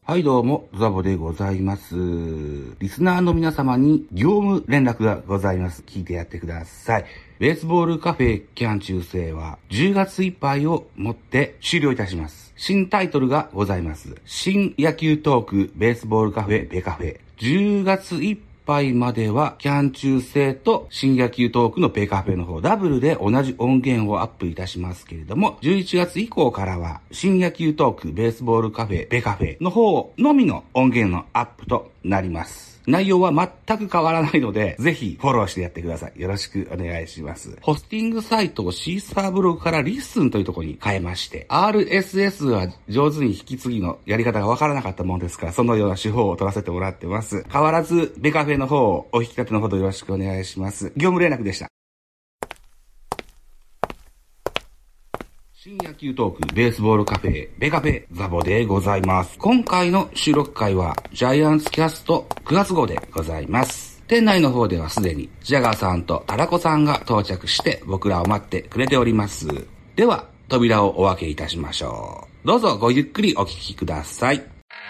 はいどうも、ザボでございます。リスナーの皆様に業務連絡がございます。聞いてやってください。ベースボールカフェキャン中世は10月いっぱいをもって終了いたします。新タイトルがございます。新野球トークベースボールカフェベカフェ。10月いっぱいまではキャン中世と新野球トークのベカフェの方ダブルで同じ音源をアップいたしますけれども、11月以降からは新野球トークベースボールカフェベカフェの方のみの音源のアップとなります。内容は全く変わらないので、ぜひフォローしてやってください。よろしくお願いします。ホスティングサイトをシーサーブログからリッスンというところに変えまして、RSS は上手に引き継ぎのやり方がわからなかったものですから、そのような手法を取らせてもらってます。変わらず、ベカフェの方をお引き立てのほどよろしくお願いします。業務連絡でした。新野球トークベースボールカフェベカフェザボでございます。今回の収録会はジャイアンツキャスト9月号でございます。店内の方ではすでにジャガーさんとタラコさんが到着して僕らを待ってくれております。では扉をお開けいたしましょう。どうぞごゆっくりお聞きください。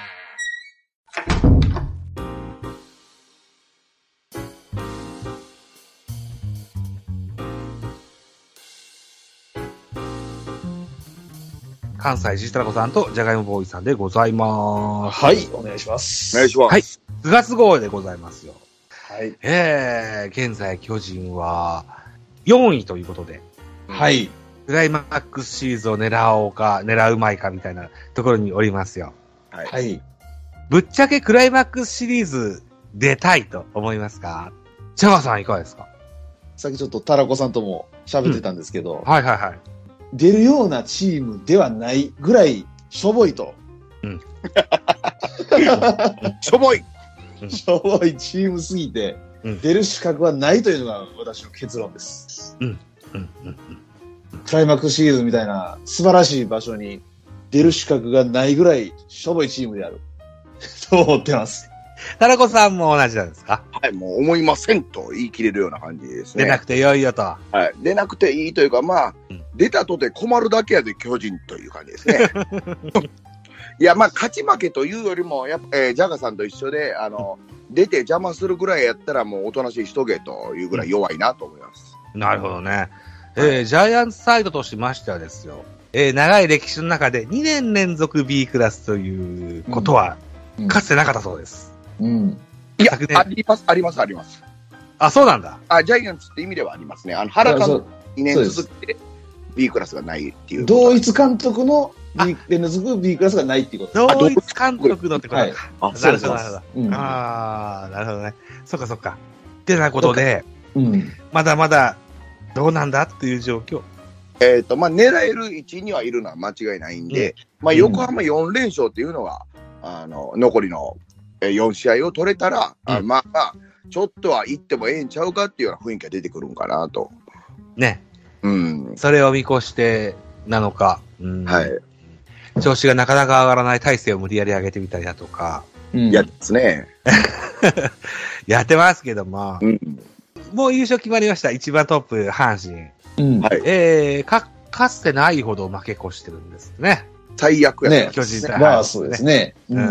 関西ジータラコさんとジャガイモボーイさんでございます。 はい、お願いします。 お願いします。 はい、9月号でございますよ。 はい。 現在巨人は4位ということで、 はい。 クライマックスシリーズを狙おうか、狙うまいかみたいなところにおりますよ。 はい。 ぶっちゃけクライマックスシリーズ出たいと思いますか？ジャガーさんいかがですか？ さっきちょっとタラコさんとも喋ってたんですけど、 はいはいはい。 出るようなチームではないぐらいしょぼいと。 うん。 しょぼい。 しょぼいチームすぎて、出る資格はないというのが私の結論です。クライマックスシリーズみたいな素晴らしい場所に出る資格がないぐらいしょぼいチームである。と思ってます。 タラコさんも同じなんですか？ はい、もう思いませんと言い切れるような感じですね。 出なくてよいよと。 はい。出なくていいというか、まあ、出たとて困るだけやで巨人という感じですね。いや、まあ、勝ち負けというよりも、やっぱ、ジャガさんと一緒で、出て邪魔するぐらいやったらもうおとなしいしとけというぐらい弱いなと思います。 なるほどね。ジャイアンツサイドとしましてはですよ、長い歴史の中で2年連続 B クラスということは、かつてなかったそうです。 いや、あります。 あ、そうなんだ。 ジャイアンツって意味ではありますね。原監督2年続けて B クラスがないっていう。 同一監督の B 連続 B クラスがないっていうこと。 同一監督のってことか。 なるほど。 なるほどね。そっかそっか。ってなことで、まだまだどうなんだっていう状況。 まあ、狙える位置にはいるのは間違いないんで、まあ、横浜4連勝っていうのが、残りの4試合を取れたら、まあ、ちょっとは行ってもええんちゃうかっていうような雰囲気が出てくるんかなと。 ね。それを見越してなのか、 はい。 調子がなかなか上がらない体勢を無理やり上げてみたりだとか。 やですね。 やってますけども、もう優勝決まりました。一番トップ、阪神。かつてないほど負け越してるんですね。 最悪やね。 巨人対まあ、そうですね。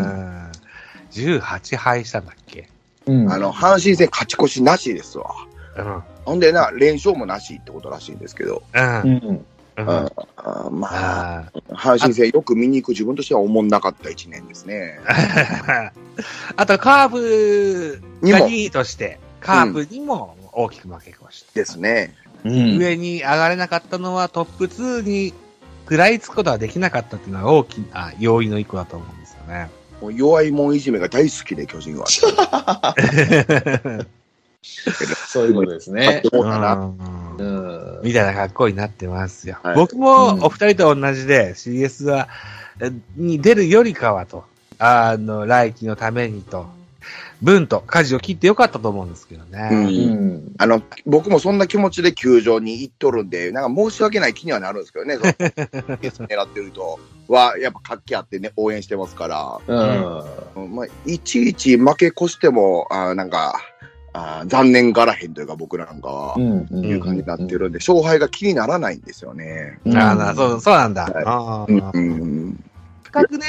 18敗したんだっけ？ 阪神戦勝ち越しなしですわ。ほんでな、連勝もなしってことらしいんですけど。まあ、阪神戦よく見に行く自分としては思んなかった1年ですね。 あと、カープが2位として、カープにも大きく負け越して。 ですね。 上に上がれなかったのはトップ2に食らいつくことはできなかったっていうのは大きな要因の一個だと思うんですよね。 もう弱いもんいじめが大好きで、巨人は。 そういうことですね。 みたいな格好になってますよ。僕もお二人と同じで CS に出るよりかはと、来季のためにと、分と舵を切ってよかったと思うんですけどね。 僕もそんな気持ちで球場に行っとるんで、なんか申し訳ない気にはなるんですけどね。狙ってる人はやっぱ活気あってね、応援してますから。まあ、いちいち負け越しても、なんか、残念がらへんというか僕なんかは、いう感じになってるんで、勝敗が気にならないんですよね。 そうなんだ。比較ね、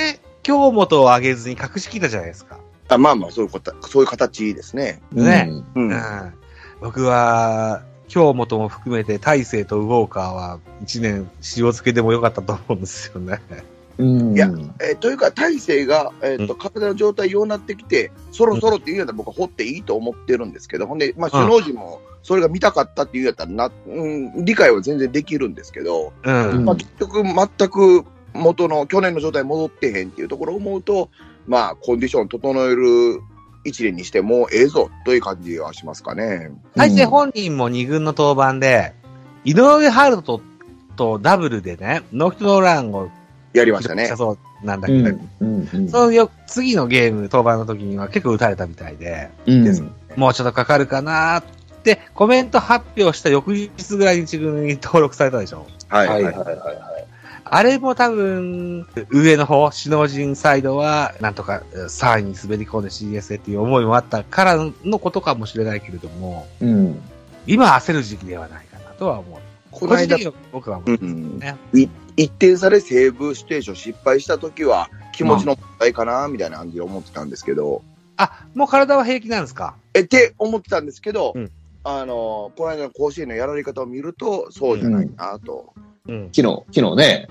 京本を上げずに隠し切ったじゃないですか。 まあまあ、そういう形ですね。 ね。僕は、京本も含めて大勢とウォーカーは1年塩漬けでもよかったと思うんですよね。 いや、というか、大勢が、体の状態良くなってきて、そろそろっていうやったら僕は掘っていいと思ってるんですけど、ほんで、まあ、首脳陣もそれが見たかったっていうやったら理解は全然できるんですけど、まあ、結局全く元の去年の状態戻ってへんっていうところを思うと、まあ、コンディション整える一年にしてもええぞという感じはしますかね。 大勢本人も2軍の登板で、井上春人とダブルでね、ノーヒットノーランをやりましたね。 そうなんだけど、その次のゲーム登板の時には結構打たれたみたいで、もうちょっとかかるかなってコメント発表した翌日ぐらいに一軍に登録されたでしょ。 はい。 あれも多分、上の方、首脳陣サイドは、なんとか3位に滑り込んで CS へっていう思いもあったからのことかもしれないけれども、今焦る時期ではないかなとは思う。 この間、 僕は思うんですね。 1点差でセーブシチュエーション失敗したときは気持ちの問題かなみたいな感じで思ってたんですけど。 もう体は平気なんですか？ って思ってたんですけど、この間の甲子園のやられ方を見ると、そうじゃないなと。 昨日ね。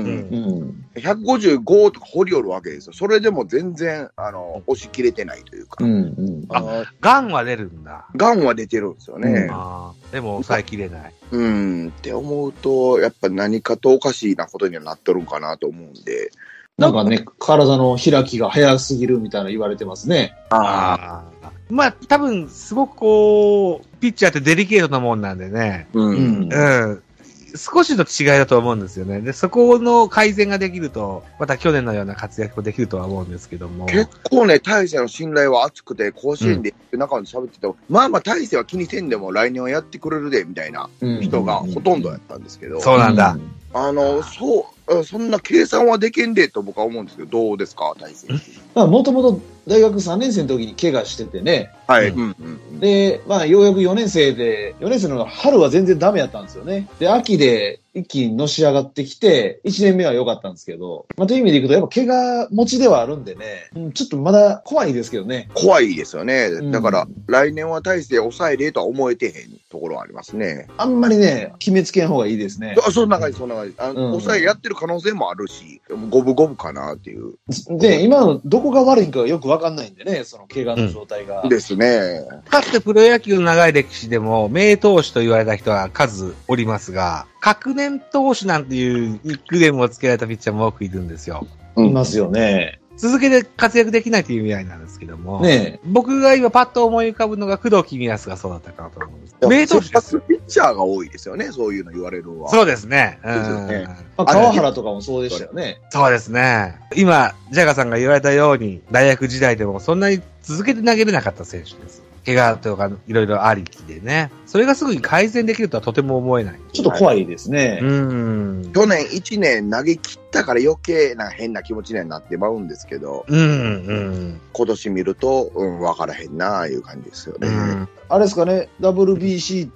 155とか掘りおるわけですよ。それでも全然、押し切れてないというか。 ガンは出るんだ。 ガンは出てるんですよね。 でも抑えきれない。 って思うと、やっぱ何かとおかしいなことにはなっとるんかなと思うんで。 なんかね、体の開きが早すぎるみたいな言われてますね。 まあ、多分、すごくこう、ピッチャーってデリケートなもんなんでね。少しの違いだと思うんですよね。で、そこの改善ができると、また去年のような活躍もできるとは思うんですけども。 結構ね、大勢の信頼は厚くて、甲子園で中で喋ってても、まあ大勢は気にせんでも来年はやってくれるで、みたいな人がほとんどやったんですけど。 そうなんだ。 そんな計算はできんでと僕は思うんですけど、どうですか、大勢。 もともと大学3年生の時に怪我しててね。 はい。 で、ようやく4年生の春は全然ダメやったんですよね。で、秋で一気にのし上がってきて、1年目は良かったんですけど、という意味でいくと、やっぱ怪我持ちではあるんでね、ちょっとまだ怖いですけどね。 怖いですよね。だから、来年は大勢抑えれとは思えてへんところはありますね。 あんまりね、決めつけん方がいいですね。 そんな感じ。抑えやってる可能性もあるし、五分五分かなっていう。 で、今のどこが悪いかよくわかんないんでね、その怪我の状態が。 ですね。 かつてプロ野球の長い歴史でも、名投手と言われた人は数おりますが、隔年投手なんていうニックネームをつけられたピッチャーも多くいるんですよ。 いますよね。 続けて活躍できないという意味合いなんですけども、 ね、 僕が今パッと思い浮かぶのが工藤公康がそうだったかなと思うんです。名投手です。 ピッチャーが多いですよね、そういうの言われるのは。 そうですね。 川原とかもそうでしたよね。 そうですね。今、ジャガさんが言われたように、大学時代でもそんなに続けて投げれなかった選手です。怪我とかいろいろありきでね。それがすぐに改善できるとはとても思えない。 ちょっと怖いですね。 去年1年投げ切ったから余計な変な気持ちになってまうんですけど、今年見ると、わからへんなあいう感じですよね。 あれですかね、WBC って、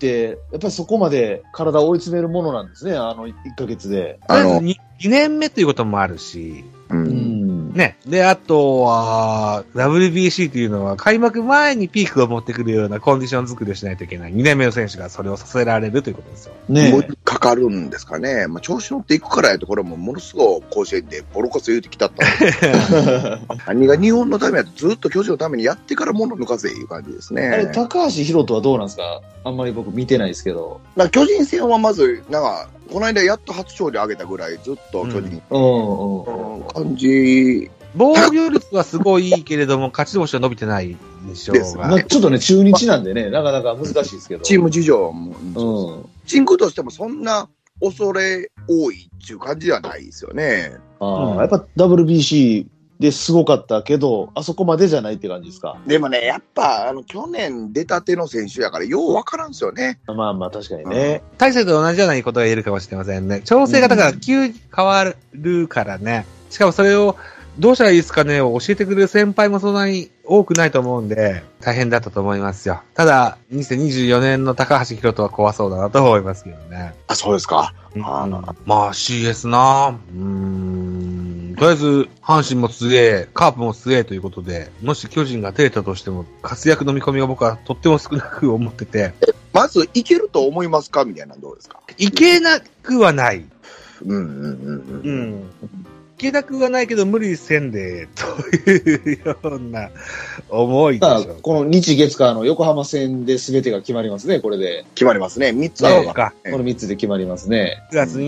やっぱりそこまで体を追い詰めるものなんですね、1ヶ月で。 2年目ということもあるし、ね。で、あとは、WBC というのは開幕前にピークを持ってくるようなコンディション作りをしないといけない。2年目の選手がそれをさせられるということですよ。 ねえ。かかるんですかね。調子乗っていくからやと、これもものすごい甲子園でボロカス言うてきたったん何が日本のためやとずっと巨人のためにやってから物抜かせいう感じですね。 あれ、高橋宏斗はどうなんですか？あんまり僕見てないですけど。 巨人戦はまず、この間やっと初勝利上げたぐらいずっと巨人、感じ。 防御率はすごいいいけれども、勝ち星は伸びてないでしょうが。 ちょっとね、中日なんでね、なかなか難しいですけど。 チーム事情も、チームとしてもそんな恐れ多いっていう感じではないですよね。 やっぱ WBC ですごかったけど、あそこまでじゃないって感じですか。 でもね、やっぱ、去年出たての選手やから、ようわからんすよね。 確かにね。 大勢と同じようなことが言えるかもしれませんね。調整がだから急に変わるからね。しかもそれを、どうしたらいいですかねを教えてくれる先輩もそんなに多くないと思うんで、大変だったと思いますよ。ただ、2024年の高橋宏斗は怖そうだなと思いますけどね。 そうですか。 まあ CS なとりあえず、阪神も強え、カープも強えということで、もし巨人が出れたとしても、活躍の見込みが僕はとっても少なく思ってて。 まず、いけると思いますかみたいなのどうですか？ いけなくはない。 いけなくはないけど無理せんで、というような思いでしょう。 この日月火の横浜戦で全てが決まりますね、これで。 決まりますね。3つあるか。 この3つで決まりますね。 9月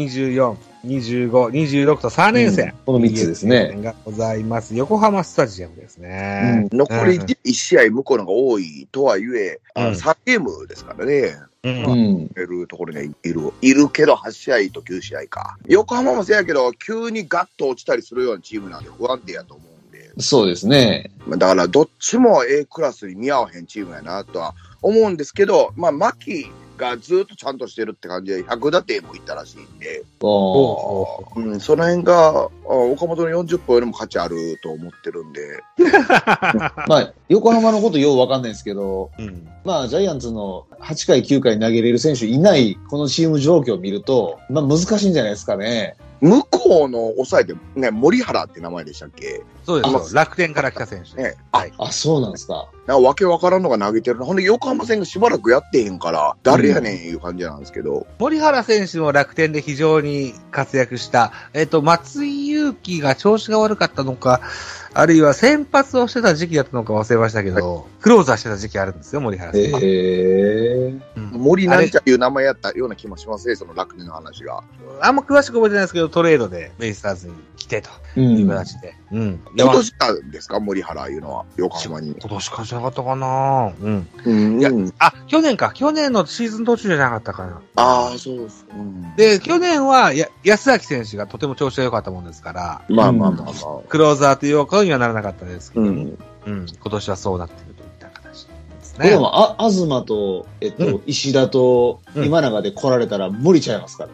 24、25、26と3連戦。 この3つですね。 がございます。横浜スタジアムですね。 残り1試合向こうのが多いとはいえ、3ゲームですからね。いるところにいるけど8試合と9試合か。横浜もせやけど、急にガッと落ちたりするようなチームなんで不安定やと思うんで。 そうですね。 だからどっちも A クラスに見合わへんチームやなとは思うんですけど、牧がずっとちゃんとしてるって感じで100打点もいったらしいんで、その辺が岡本の40本よりも価値あると思ってるんで。 横浜のことようわかんないですけど、ジャイアンツの8回9回投げれる選手いないこのチーム状況を見ると、難しいんじゃないですかね。 向こうの抑えてね、森原って名前でしたっけ？ そうです。楽天から来た選手ね。 そうなんですか。 わけわからんのが投げてるの。ほんで横浜戦がしばらくやってへんから、誰やねんいう感じなんですけど。 森原選手も楽天で非常に活躍した。松井裕樹が調子が悪かったのか、あるいは先発をしてた時期だったのか忘れましたけど、クローザーしてた時期あるんですよ、森原選手。 森なんちゃいう名前やったような気もしますね、その楽天の話が。 あんま詳しく覚えてないですけど、トレードでベイスターズに来てという形で。 今年なんですか、森原いうのは、横浜に。 今年かじゃなかったかな。去年か。去年のシーズン途中じゃなかったかな。 そうです。 で、去年は安崎選手がとても調子が良かったもんですから、クローザーということにはならなかったですけど、今年はそうなっているといった形ですね。 でも、東と、石田と今永で来られたら無理ちゃいますから。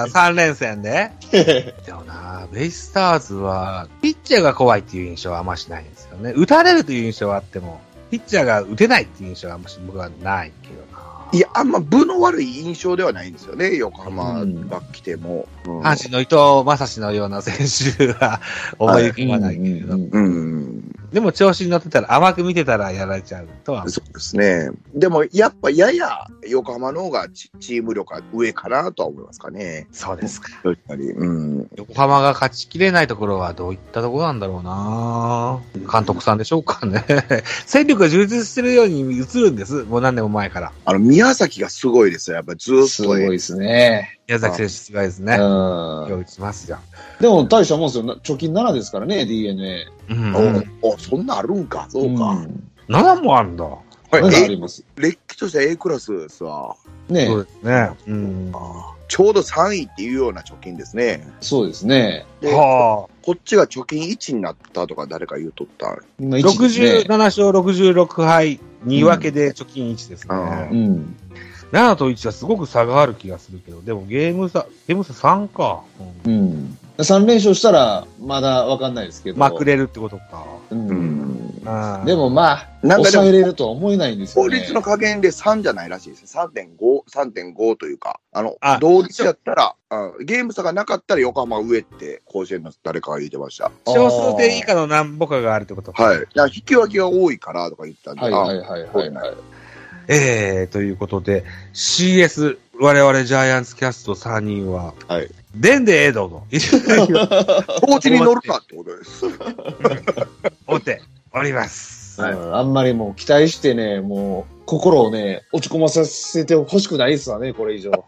3連戦ででもな、ベイスターズは、ピッチャーが怖いっていう印象はあんましないんですよね。打たれるという印象はあっても、ピッチャーが打てないっていう印象はあんまし僕はないけどな。 いや、あんま分の悪い印象ではないんですよね、横浜が来ても。 阪神の伊藤正史のような選手は思い浮かばないけれど。でも調子に乗ってたら、甘く見てたらやられちゃうとは。 そうですね。でも、やっぱやや横浜の方がチーム力が上かなとは思いますかね。 そうですか。 横浜が勝ちきれないところはどういったところなんだろうな。監督さんでしょうかね。戦力が充実してるように映るんです。もう何年も前から。 宮崎がすごいですよ。やっぱずっと。 すごいですね。 宮崎選手すごいですね。今日打ちますよ。 でも大したもんですよ。貯金7ですからね、DNA。 そんなあるんか。そうか。 7もあるんだ。 あります。 れっきとした A クラスですわ。 ね。 そうですね。 ちょうど3位っていうような貯金ですね。 そうですね。 こっちが貯金1になったとか誰か言うとった。 67勝66敗2分けで貯金1ですね。7と1はすごく差がある気がするけど、でもゲーム差3か。 3連勝したらまだわかんないですけど。 まくれるってことか。 でも抑えれるとは思えないんですよね。 法律の加減で3じゃないらしいです。3.5 というか、同率やったら、ゲーム差がなかったら横浜上って甲子園の誰かが言ってました。 小数点以下の何歩かがあるってことか。 はい。引き分けが多いからとか言ったんで。 ということで、CS、我々ジャイアンツキャスト3人は、でんでええどうぞ。 高知に乗るかってことです。 思っております。 あんまりもう期待してね、もう心をね、落ち込まさせてほしくないですわね、これ以上。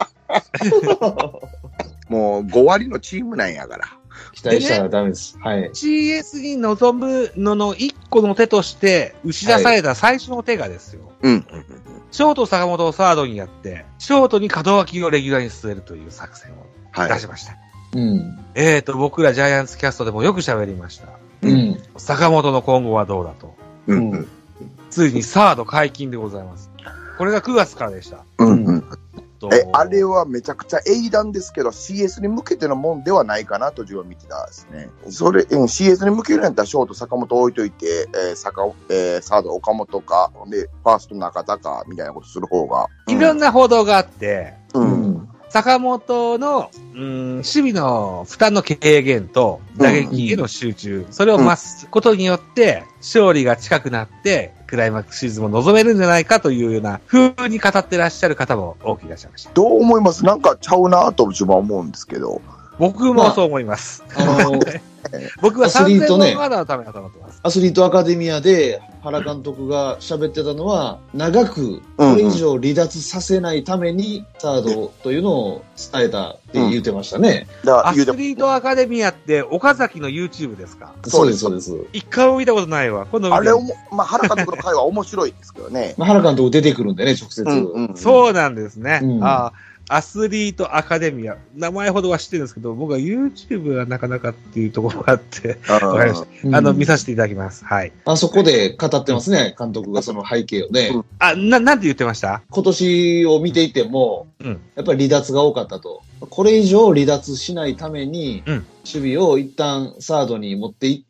もう5割のチームなんやから。 期待したらダメです。 CS に臨むのの一個の手として、打ち出された最初の手がですよ。ショート坂本をサードにやって、ショートに門脇をレギュラーに据えるという作戦を出しました。僕らジャイアンツキャストでもよく喋りました。坂本の今後はどうだと。ついにサード解禁でございます。これが9月からでした。 あれはめちゃくちゃ英断ですけど CS に向けてのもんではないかなと自分は見てたですね。CS に向けるんやったらショート坂本置いといて、サード岡本かでファースト中田かみたいなことする方が、 いろんな報道があって、 坂本の、守備の負担の軽減と打撃への集中、それを増すことによって、勝利が近くなって、クライマックスシーズンも望めるんじゃないかというような風に語ってらっしゃる方も多くいらっしゃいました。 どう思います？なんかちゃうなと自分は思うんですけど。 僕もそう思います。僕は3000本まだのためだと思ってます。 アスリートアカデミアで原監督が喋ってたのは、長くこれ以上離脱させないためにサードというのを伝えたって言ってましたね。 アスリートアカデミアって岡崎の YouTube ですか？ そうです、そうです。 一回も見たことないわ。今度あれを、原監督の会は面白いですけどね。 原監督出てくるんでね、直接。 そうなんですね。アスリートアカデミア。名前ほどは知ってるんですけど、僕は YouTube はなかなかっていうところがあって、わかりました。見させていただきます。はい。 あそこで語ってますね、監督がその背景をね。 なんて言ってました？ 今年を見ていても、やっぱり離脱が多かったと。これ以上離脱しないために、守備を一旦サードに持っていって、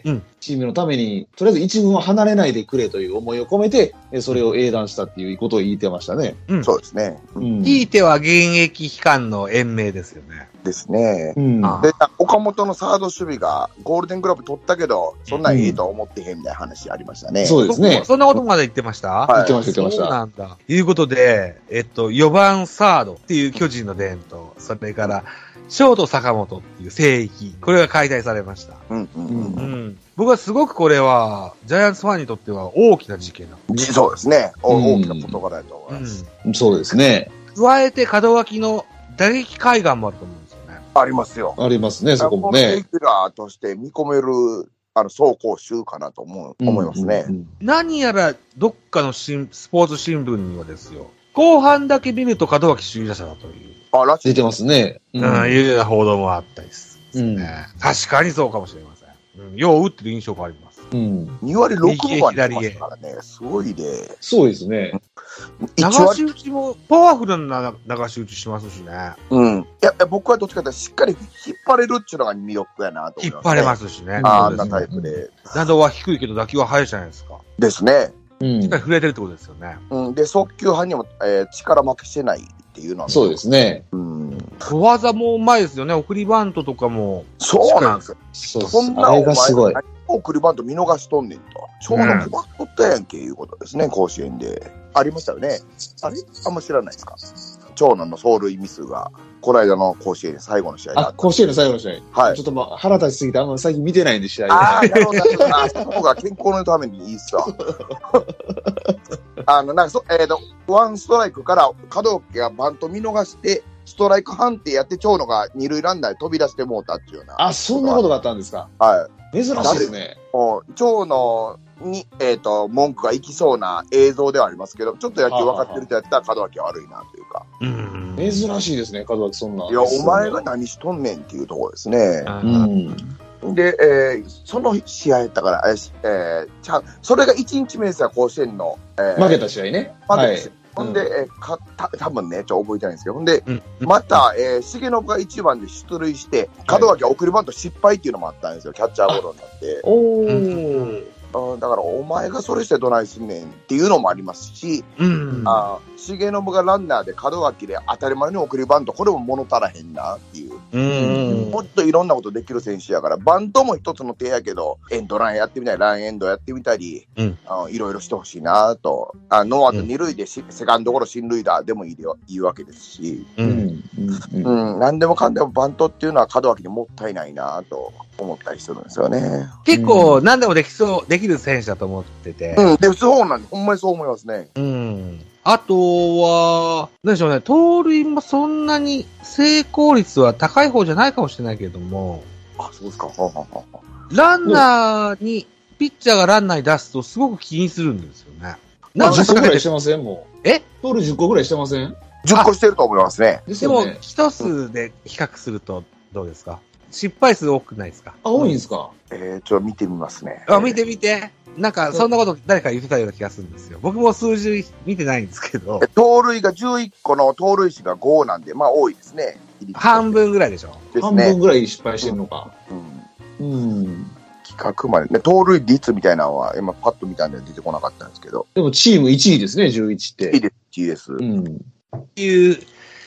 チームのために、とりあえず一軍は離れないでくれという思いを込めて、それを英断したっていうことを言ってましたね。 そうですね。 いい手は現役期間の延命ですよね。 ですね。で、岡本のサード守備がゴールデングラブ取ったけど、そんなんいいとは思ってへんみたいな話ありましたね。 そうですね。 そんなことまで言ってました？ 言ってました。 そうなんだ。いうことで、4番サードっていう巨人の伝統、それから、ショート坂本っていう聖域、これが解体されました。僕はすごくこれは、ジャイアンツファンにとっては大きな事件だ。 そうですね。大きな事柄だと思います。 そうですね。 加えて門脇の打撃海岸もあると思うんですよね。 ありますよ。 ありますね、そこもね。 レギュラーとして見込める、走攻守かなと思いますね。 何やら、どっかのスポーツ新聞にはですよ、後半だけ見ると門脇首位打者だという。 出てますね。 いうような報道もあったりするんですね。確かにそうかもしれません。よう打ってる印象があります。 2割6分は出ますからね。すごいね。 そうですね。 流し打ちもパワフルな流し打ちしますしね。 いや、僕はどっちかというとしっかり引っ張れるっていうのが魅力やなと思います、ね。 引っ張れますしね。 あんなタイプで。 打度は低いけど打球は速いじゃないですか。 ですね。 しっかり触れてるってことですよね。 で、速球派にも、力負けしてないっていうのは。 そうですね。 小技もうまいですよね。送りバントとかも。 そうなんですよ。そんなお前すごい。 送りバント見逃しとんねんと。ちょうど配っとったやんけいうことですね、甲子園で。ありましたよね。あれあんま知らないですか？長男の走塁ミスが、この間の甲子園最後の試合甲子園の最後の試合。はい。ちょっと腹立ちすぎてあんま最近見てないんで試合。 なるほど。その方が健康のためにいいっすわ。ワンストライクから門脇がバント見逃して、ストライク判定やって長野が二塁ランナーで飛び出してもうたっていうような。 そんなことがあったんですか？ はい。 珍しいですね。 長野に、文句がいきそうな映像ではありますけど、ちょっと野球分かってる人やったら門脇は悪いなというか。 珍しいですね、門脇そんな。 いや、お前が何しとんねんっていうところですね。で、その試合やったから、それが1日目ですよ、甲子園の。 負けた試合ね。 負けた試合。ほんで、多分ね、覚えてないんですけど、ほんで、また、重信が1番で出塁して、門脇は送りバント失敗っていうのもあったんですよ、キャッチャーゴロになって。だから、お前がそれしてどないすんねんっていうのもありますし、重信がランナーで門脇で当たり前に送りバント、これも物足らへんなっていう。もっといろんなことできる選手やから、バントも一つの手やけど、エンドランやってみたり、ランエンドやってみたり、いろいろしてほしいなと。ノーアウト二塁でセカンドゴロ進塁打でもいいわけですし、何でもかんでもバントっていうのは門脇にもったいないなと思ったりするんですよね。 結構何でもできる選手だと思ってて。 で、そうなんです。ほんまにそう思いますね。 あとは、何でしょうね、盗塁もそんなに成功率は高い方じゃないかもしれないけれども。 そうですか。 ランナーに、ピッチャーがランナーに出すとすごく気にするんですよね。 10個ぐらいしてませんもう。盗塁10個ぐらいしてません？ 10個してると思いますね。 でも、一数で比較するとどうですか？失敗数多くないですか？ 多いんですか？ ちょっと見てみますね。 見てみて。なんか、そんなこと誰か言ってたような気がするんですよ。僕も数字見てないんですけど。 盗塁が11個の盗塁数が5なんで、まあ多いですね。 半分ぐらいでしょ。 半分ぐらい失敗してるのか。 企画までね、盗塁率みたいなのは、今パッと見たんで出てこなかったんですけど。 でもチーム1位ですね、11って。 1位です。 っていう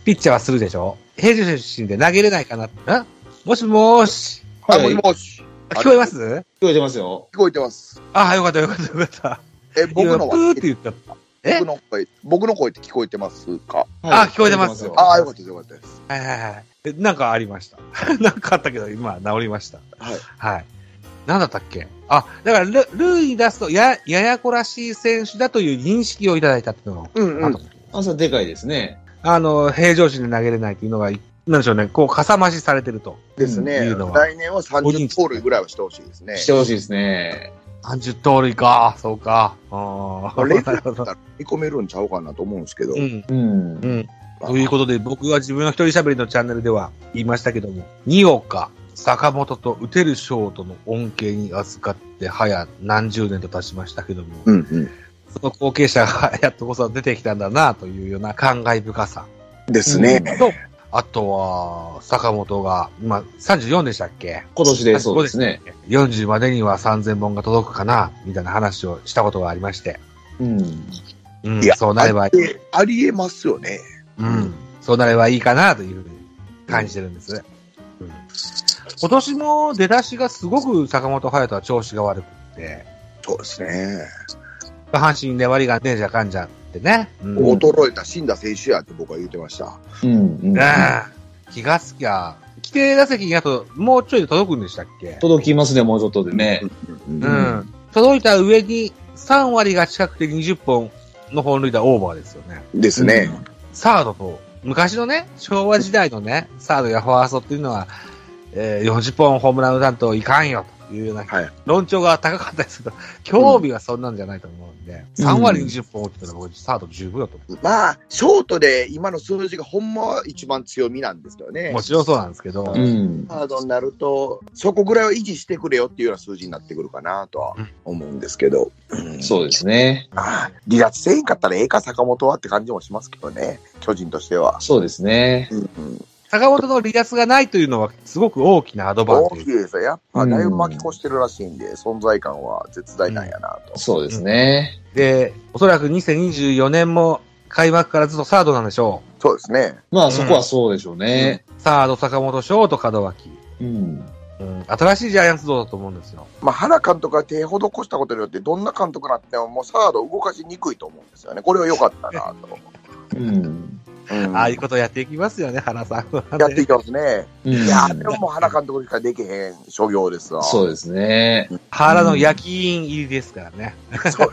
ピッチャーはするでしょ。平常出身で投げれないかな。もしもーし。 はい、もしもし。 聞こえます？ 聞こえてますよ。 聞こえてます。 あ、よかったよかったよかった。 僕のはプーって言った。 僕の声って聞こえてますか？ あ、聞こえてますよ。 あ、よかったよかったです。 はいはいはい。なんかありました。なんかあったけど、今治りました。 はい。 はい。なんだったっけ？あ、だから、ルーに出すと、ややこらしい選手だという認識をいただいたっていうのが、 それでかいですね。 平常心で投げれないっていうのが、なんでしょうね、こう、かさ増しされてると。 ですね。来年は30盗塁ぐらいはしてほしいですね。 してほしいですね。 30盗塁か、そうか。 レフトだったら見込めるんちゃうかなと思うんですけど。 ということで、僕は自分の一人喋りのチャンネルでは言いましたけども、新岡、坂本と打てるショートの恩恵に預かって早何十年と経ちましたけども、その後継者がやっとこそ出てきたんだなというような感慨深さ。 ですね。 あとは、坂本が、今34でしたっけ？ 今年でそうですね。 40までには3000本が届くかな、みたいな話をしたことがありまして。 いや、 そうなればありえますよね。 そうなればいいかなというふうに感じてるんです。今年も出だしがすごく坂本勇人は調子が悪くて。 そうですね。 阪神粘りがねえじゃかんじゃってね。 衰えた死んだ選手やって僕は言ってました。 気がつきゃ、規定打席にあともうちょいで届くんでしたっけ？ 届きますね、もうちょっとでね。 届いた上に3割が近くて20本の本塁打オーバーですよね。 ですね。 サードと、昔のね、昭和時代のね、サードやファーストっていうのは、40本ホームラン打たんといかんよというような、論調が高かったですけど、興味はそんなんじゃないと思うんで、3割20本打ってたら僕、サード十分だと思う。 まあ、ショートで今の数字がほんまは一番強みなんですよね。 もちろんそうなんですけど、 サードになると、そこぐらいは維持してくれよっていうような数字になってくるかなとは思うんですけど。 そうですね。 離脱せんかったらええか、坂本はって感じもしますけどね、巨人としては。 そうですね。 坂本の離脱がないというのはすごく大きなアドバンテージ。 大きいですよ。やっぱだいぶ巻き越してるらしいんで、存在感は絶大なんやなと。 そうですね。 で、おそらく2024年も開幕からずっとサードなんでしょう。そうですね。 まあそこはそうでしょうね。 サード、坂本、ショート、門脇。新しいジャイアンツ像だと思うんですよ。 まあ、原監督が手を施したことによって、どんな監督になってももうサードを動かしにくいと思うんですよね。これは良かったなと。 ああいうことやっていきますよね、原さんは、ね。 やっていきますね。いや、でももう原監督しかできへん所業ですわ。 そうですね。 原の焼き印入りですからね。 そう。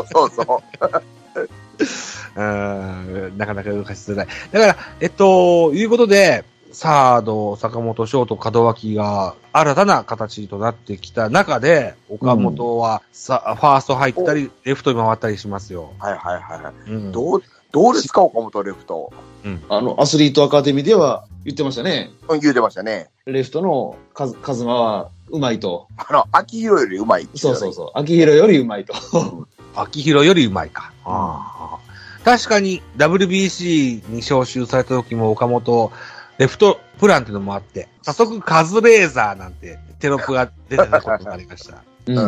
なかなか動かしづらい。だから、いうことで、サード、坂本、ショート、門脇が新たな形となってきた中で、岡本はファースト入ったり、レフトに回ったりしますよ。どうですか、岡本レフト。 アスリートアカデミーでは言ってましたね。 言ってましたね。 レフトのカズマはうまいと。 秋広よりうまい。 そう。秋広よりうまいと。 秋広よりうまいか。確かに WBC に招集された時も岡本、レフトプランっていうのもあって、早速カズレーザーなんてテロップが出てたことがありました。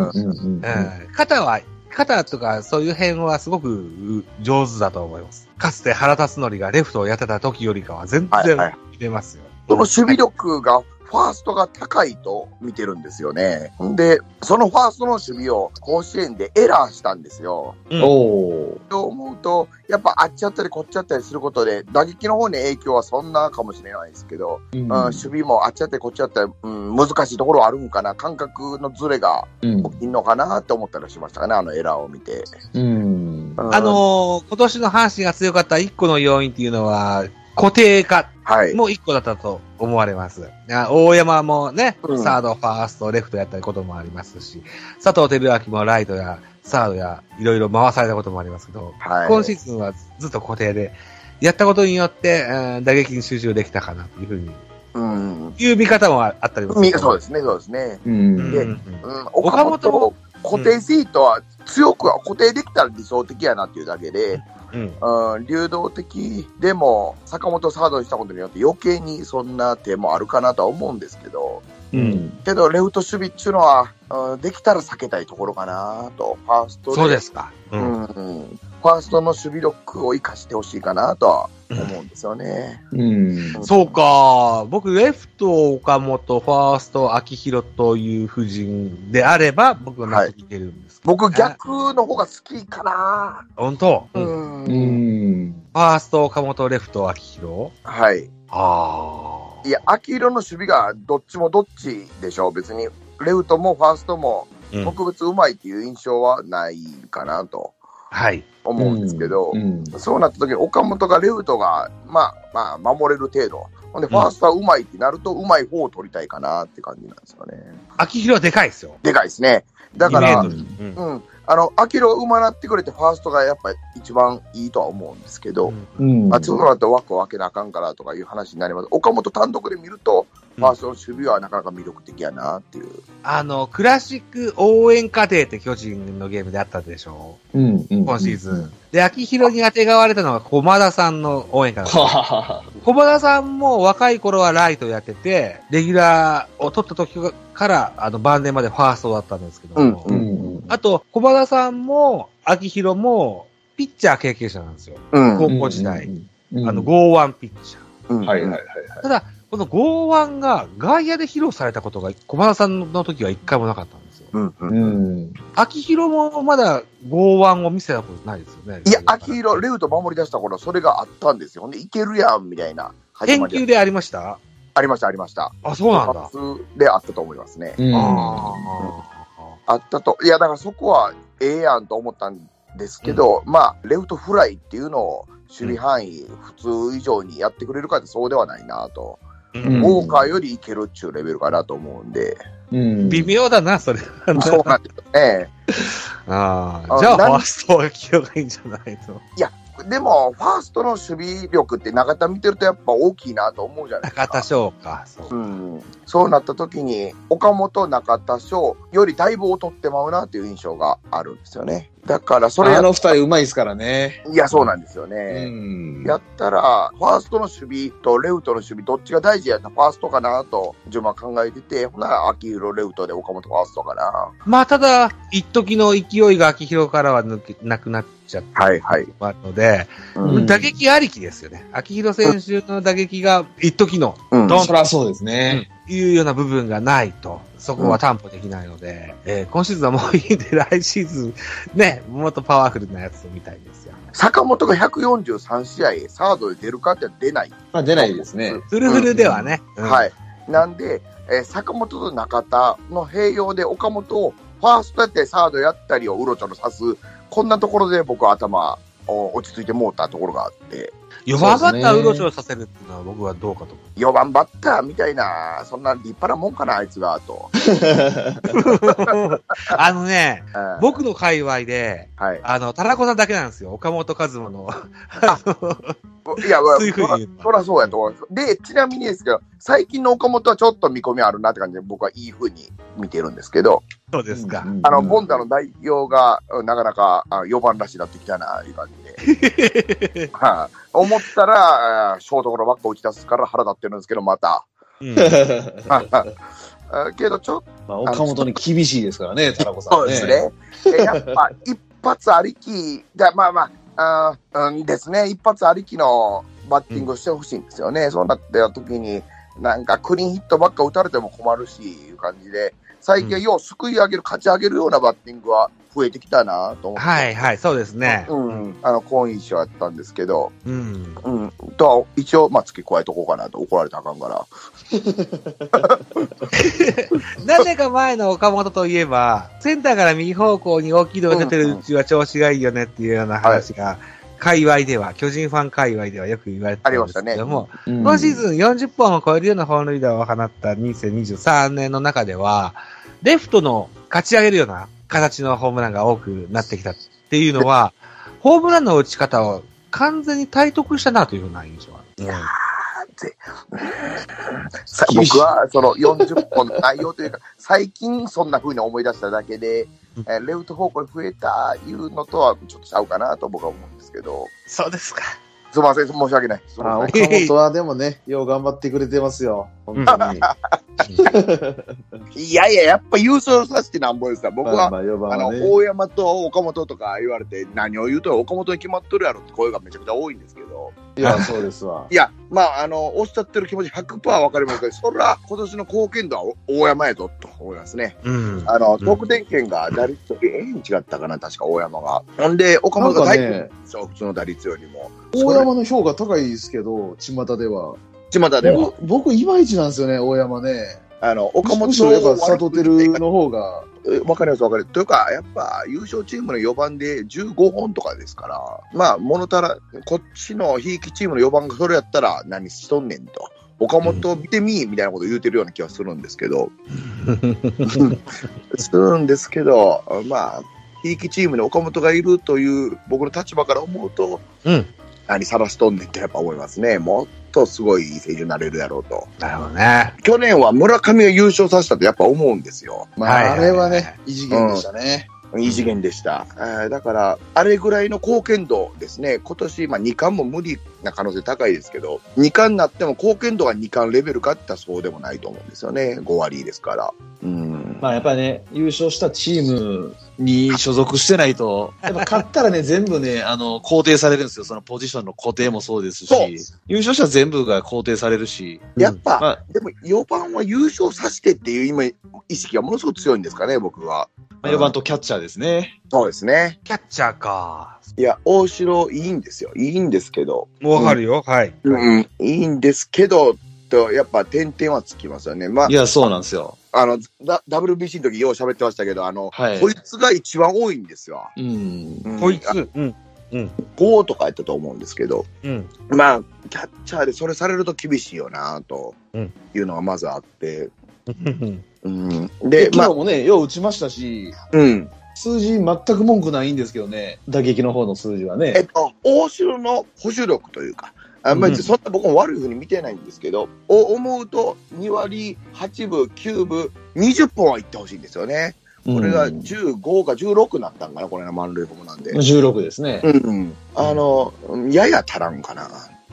肩とかそういう辺はすごく上手だと思います。かつて原辰徳がレフトをやってた時よりかは全然似てますよ。 その守備力がファーストが高いと見てるんですよね。で、そのファーストの守備を甲子園でエラーしたんですよ。と思うと、やっぱあっちゃったりこっちゃったりすることで、打撃の方に影響はそんなかもしれないですけど、守備もあっちゃったりこっちゃったり、難しいところはあるんかな、感覚のズレが起きんのかなって思ったりしましたかね、あのエラーを見て。 今年の阪神が強かった一個の要因っていうのは、固定化も一個だったと思われます。大山もね、サード、ファースト、レフトやったこともありますし、佐藤輝明もライトやサードやいろいろ回されたこともありますけど、今シーズンはずっと固定で、やったことによって、打撃に集中できたかなというふうに、いう見方もあったりもする。 そうですね。で、岡本、固定シートは強くは固定できたら理想的やなっていうだけで、流動的でも坂本サードにしたことによって余計にそんな手もあるかなとは思うんですけど、けどレフト守備っていうのは、できたら避けたいところかなと。ファーストで。 そうですか。 ファーストの守備力を生かしてほしいかなとは思うんですよね。 そうか。僕、レフト、岡本、ファースト、秋広という布陣であれば、僕は納得いけるんですけど、ね。 僕、逆の方が好きかな。 本当？ うん。 ファースト、岡本、レフト、秋広？ はい。 ああ。 いや、秋広の守備がどっちもどっちでしょう。別に、レフトもファーストも特別うまいっていう印象はないかなと。はい。思うんですけど、そうなった時に岡本がレフトが、まあ、守れる程度。ほんで、ファーストはうまいってなると、うまい方を取りたいかなって感じなんですよね。 秋広はでかいですよ。 でかいですね。だから、秋広がうまなってくれて、ファーストがやっぱり一番いいとは思うんですけど、そうなると枠を分けなあかんからとかいう話になります。岡本単独で見ると、ファーストの守備はなかなか魅力的やなっていう。 クラシック応援家庭って巨人のゲームであったでしょう。今シーズン。で、秋広に当てがわれたのが駒田さんの応援歌だった。駒田さんも若い頃はライトやってて、レギュラーを取った時から、晩年までファーストだったんですけども。あと、駒田さんも、秋広も、ピッチャー経験者なんですよ。高校時代。剛腕ピッチャー。ただ、この剛腕が外野で披露されたことが、駒田さんの時は一回もなかったんですよ。秋広もまだ剛腕を見せたことないですよね。 いや、秋広、レフト守り出した頃、それがあったんですよ。で、いけるやん、みたいな。 研究でありました？ ありました。 あ、そうなんだ。 であったと思いますね。あったと。いや、だからそこはええやんと思ったんですけど、レフトフライっていうのを守備範囲、普通以上にやってくれるかってそうではないなと。ウォーカーよりいけるっちゅうレベルかなと思うんで。 微妙だな、それ。 そうなんですよね。 じゃあ、ファーストは気がいいんじゃないと。 いや、でも、ファーストの守備力って中田見てるとやっぱ大きいなと思うじゃないですか。 中田翔か。 そうなった時に、岡本、中田翔よりだいぶ劣ってまうなっていう印象があるんですよね。だからそれ二人うまいですからね。 いや、そうなんですよね。やったら、ファーストの守備とレフトの守備、どっちが大事やったらファーストかなと、順番考えてて、ほんなら秋広レフトで岡本ファーストかな。 ただ、一時の勢いが秋広からはなくなっちゃったので、打撃ありきですよね。秋広選手の打撃が一時の、 そりゃそうですね。 いうような部分がないと、そこは担保できないので、今シーズンはもういいんで、来シーズン、ね、もっとパワフルなやつみたいですよ。 坂本が143試合、サードで出るかって出ない。 出ないですね。 フルフルではね。 はい。なんで、坂本と中田の併用で岡本をファーストやってサードやったりをうろちょろさす、こんなところで僕は頭を落ち着いてもうたところがあって。 4番バッターうろちょろさせるっていうのは僕はどうかと思う。 4番バッターみたいな、そんな立派なもんかな、あいつが、と。 僕の界隈で、タラコさんだけなんですよ。岡本和真の。 いや、そらそうやと思います。で、ちなみにですけど、最近の岡本はちょっと見込みあるなって感じで僕はいい風に見てるんですけど。 そうですか。 ボンダの代表がなかなか4番らしいなってきたな、いう感じで。思ったら、ショートゴロばっか打ち出すから腹立ってるんですけど、また。けど、ちょっと。 岡本に厳しいですからね、タラコさんね。 そうですね。やっぱ、一発ありき、ですね、一発ありきのバッティングをしてほしいんですよね。そうなった時に、なんかクリーンヒットばっか打たれても困るし、いう感じで、最近はようすくい上げる、勝ち上げるようなバッティングは増えてきたなと思って。 はいはい、そうですね。 好印象やったんですけど、と一応、付け加えとこうかなと、怒られたらあかんから。 何年か前の岡本といえば、センターから右方向に大きいのが出てるうちは調子がいいよねっていうような話が、界隈では、巨人ファン界隈ではよく言われてたんですけども、今シーズン40本を超えるような本塁打を放った2023年の中では、レフトの勝ち上げるような形のホームランが多くなってきたっていうのは、ホームランの打ち方を完全に体得したなというような印象がある。 僕はその40本の内容というか、最近そんな風に思い出しただけで、レフト方向に増えたいうのとはちょっとちゃうかなと僕は思うんですけど。 そうですか。 すみません、申し訳ない。 岡本はでもね、よう頑張ってくれてますよ。本当に。 いやいや、やっぱ優勝させてなんぼですよ。僕は、 4番はね、 大山と岡本とか言われて、何を言うと岡本に決まっとるやろって声がめちゃくちゃ多いんですけど。 いや、そうですわ。 いや、おっしゃってる気持ち 100% わかりますけど、それは今年の貢献度は大山やぞと思いますね。得点圏が打率と違ったかな、確か大山が。ほんで、岡本が入ってるんですよ、普通の打率よりも。 大山の評価高いですけど、巷では。僕、いまいちなんですよね、大山ね。 岡本むしろやっぱ佐藤輝の方が。 わかります。というか、やっぱ優勝チームの4番で15本とかですから、物足ら、こっちのひいきチームの4番がそれやったら何しとんねんと。岡本見てみみたいなこと言うてるような気はするんですけど。するんですけど、ひいきチームに岡本がいるという僕の立場から思うと、何さらしとんねんってやっぱ思いますね。もっとすごい選手になれるやろうと。 なるほどね。 去年は村上が優勝させたとやっぱ思うんですよ。 あれはね、異次元でしたね。 異次元でした。だから、あれぐらいの貢献度ですね。今年、2冠も無理な可能性高いですけど、2冠になっても貢献度が2冠レベルかって言ったらそうでもないと思うんですよね。5割ですから。 やっぱりね、優勝したチームに所属してないと、やっぱ勝ったらね、全部ね、肯定されるんですよ。そのポジションの固定もそうですし、優勝したら全部が肯定されるし。 やっぱ、でも4番は優勝させてっていう今、意識がものすごく強いんですかね、僕は。 4番とキャッチャーですね。 そうですね。 キャッチャーか。 いや、大城いいんですよ。いいんですけど。 わかるよ。はい。 いいんですけど、やっぱ点々はつきますよね。 いや、そうなんですよ。 WBC の時よう喋ってましたけど、こいつが一番多いんですよ。 こいつ。 5とかやったと思うんですけど。キャッチャーでそれされると厳しいよなというのがまずあって。 で、昨日もね、よう打ちましたし、数字全く文句ないんですけどね、打撃の方の数字はね。 大城の保守力というか、そんな僕も悪いふうに見てないんですけど、思うと2割8分、9分、20本はいってほしいんですよね。これが15か16になったんかな、これの満塁ホームなんで。 16ですね。 やや足らんかな。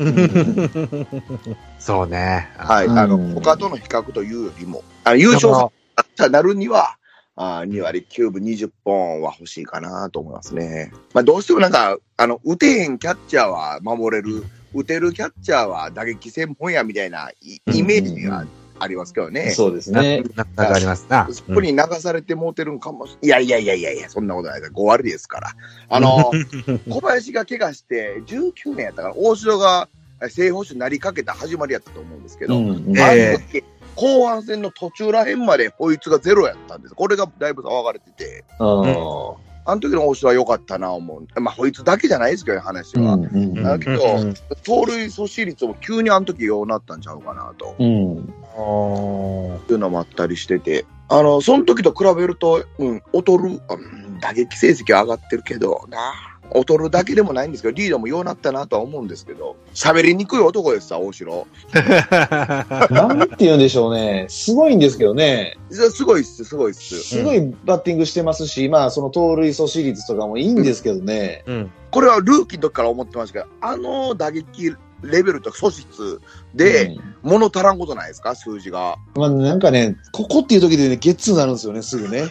そうね。 はい。他との比較というよりも、優勝者になるには、2割9分20本は欲しいかなと思いますね。どうしてもなんか、打てへんキャッチャーは守れる、打てるキャッチャーは打撃専門やみたいなイメージがありますけどね。 そうですね。 なんかありますな。 そこに流されてもうてるんかもしれない。いや、そんなことないです。5割ですから。小林が怪我して19年やったから、大城が正捕手になりかけた始まりやったと思うんですけど、後半戦の途中らへんまでこいつがゼロやったんです。これがだいぶ騒がれてて。あの時の大城は良かったな思う。こいつだけじゃないですけどね、話は。だけど、盗塁阻止率も急にあの時ようなったんちゃうかなと。いうのもあったりしてて。その時と比べると、劣る、打撃成績は上がってるけど、劣るだけでもないんですけど、リードもようなったなとは思うんですけど、喋りにくい男ですさ、大城。 なんて言うんでしょうね。すごいんですけどね。 すごいっす。すごいバッティングしてますし、その盗塁阻止率とかもいいんですけどね。 これはルーキーの時から思ってましたけど、打撃レベルと阻止率で、物足らんことないですか、数字が。 なんかね、ここっていう時でね、ゲッツーになるんですよね、すぐね。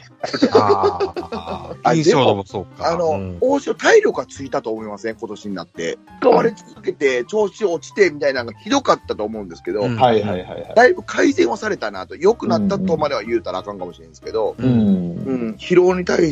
印象もそうか。 大城体力がついたと思いません、今年になって。使われ続けて、調子落ちてみたいなのがひどかったと思うんですけど、だいぶ改善はされたなと、良くなったとまでは言うたらあかんかもしれないんですけど、疲労に対して、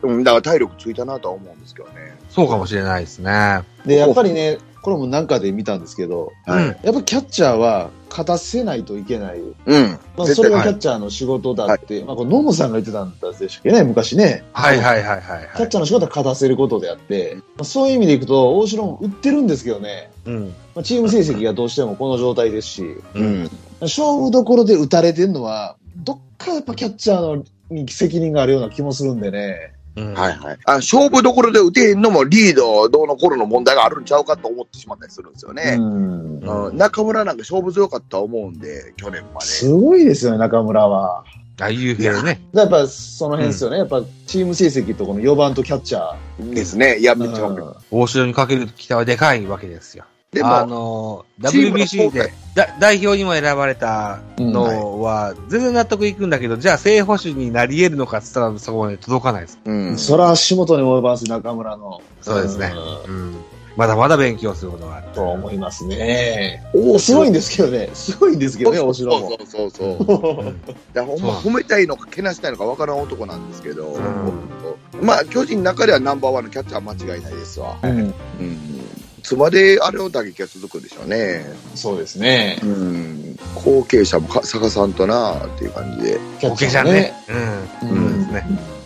だから体力ついたなとは思うんですけどね。 そうかもしれないですね。 で、やっぱりね、これもなんかで見たんですけど、やっぱキャッチャーは勝たせないといけない。それがキャッチャーの仕事だって、これノムさんが言ってたんでしたっけね、昔ね。キャッチャーの仕事は勝たせることであって、そういう意味でいくと、大城も打ってるんですけどね。チーム成績がどうしてもこの状態ですし、勝負どころで打たれてるのは、どっかやっぱキャッチャーに責任があるような気もするんでね。勝負どころで打てへんのもリードどうの頃の問題があるんちゃうかと思ってしまったりするんですよね。中村なんか勝負強かったと思うんで、去年まで。 すごいですよね、中村は。 いうけどね。 やっぱその辺ですよね。やっぱチーム成績とこの4番とキャッチャー。 ですね。いや、めっちゃわかる。 大城にかける期待はでかいわけですよ。 でも、 WBC で代表にも選ばれたのは、全然納得いくんだけど、じゃあ正捕手になり得るのかって言ったらそこまで届かないです。 それは足元に及ばず中村の。 そうですね。まだまだ勉強することがある。 と思いますね。すごいんですけどね。すごいんですけどね、大城も。 そう。だほんま褒めたいのか、けなしたいのか分からん男なんですけど、まあ、巨人の中ではナンバーワンのキャッチャーは間違いないですわ。いつまであれの打撃が続くんでしょうね。 そうですね。 後継者も探さんとなーっていう感じで。 後継者ね。そうですね。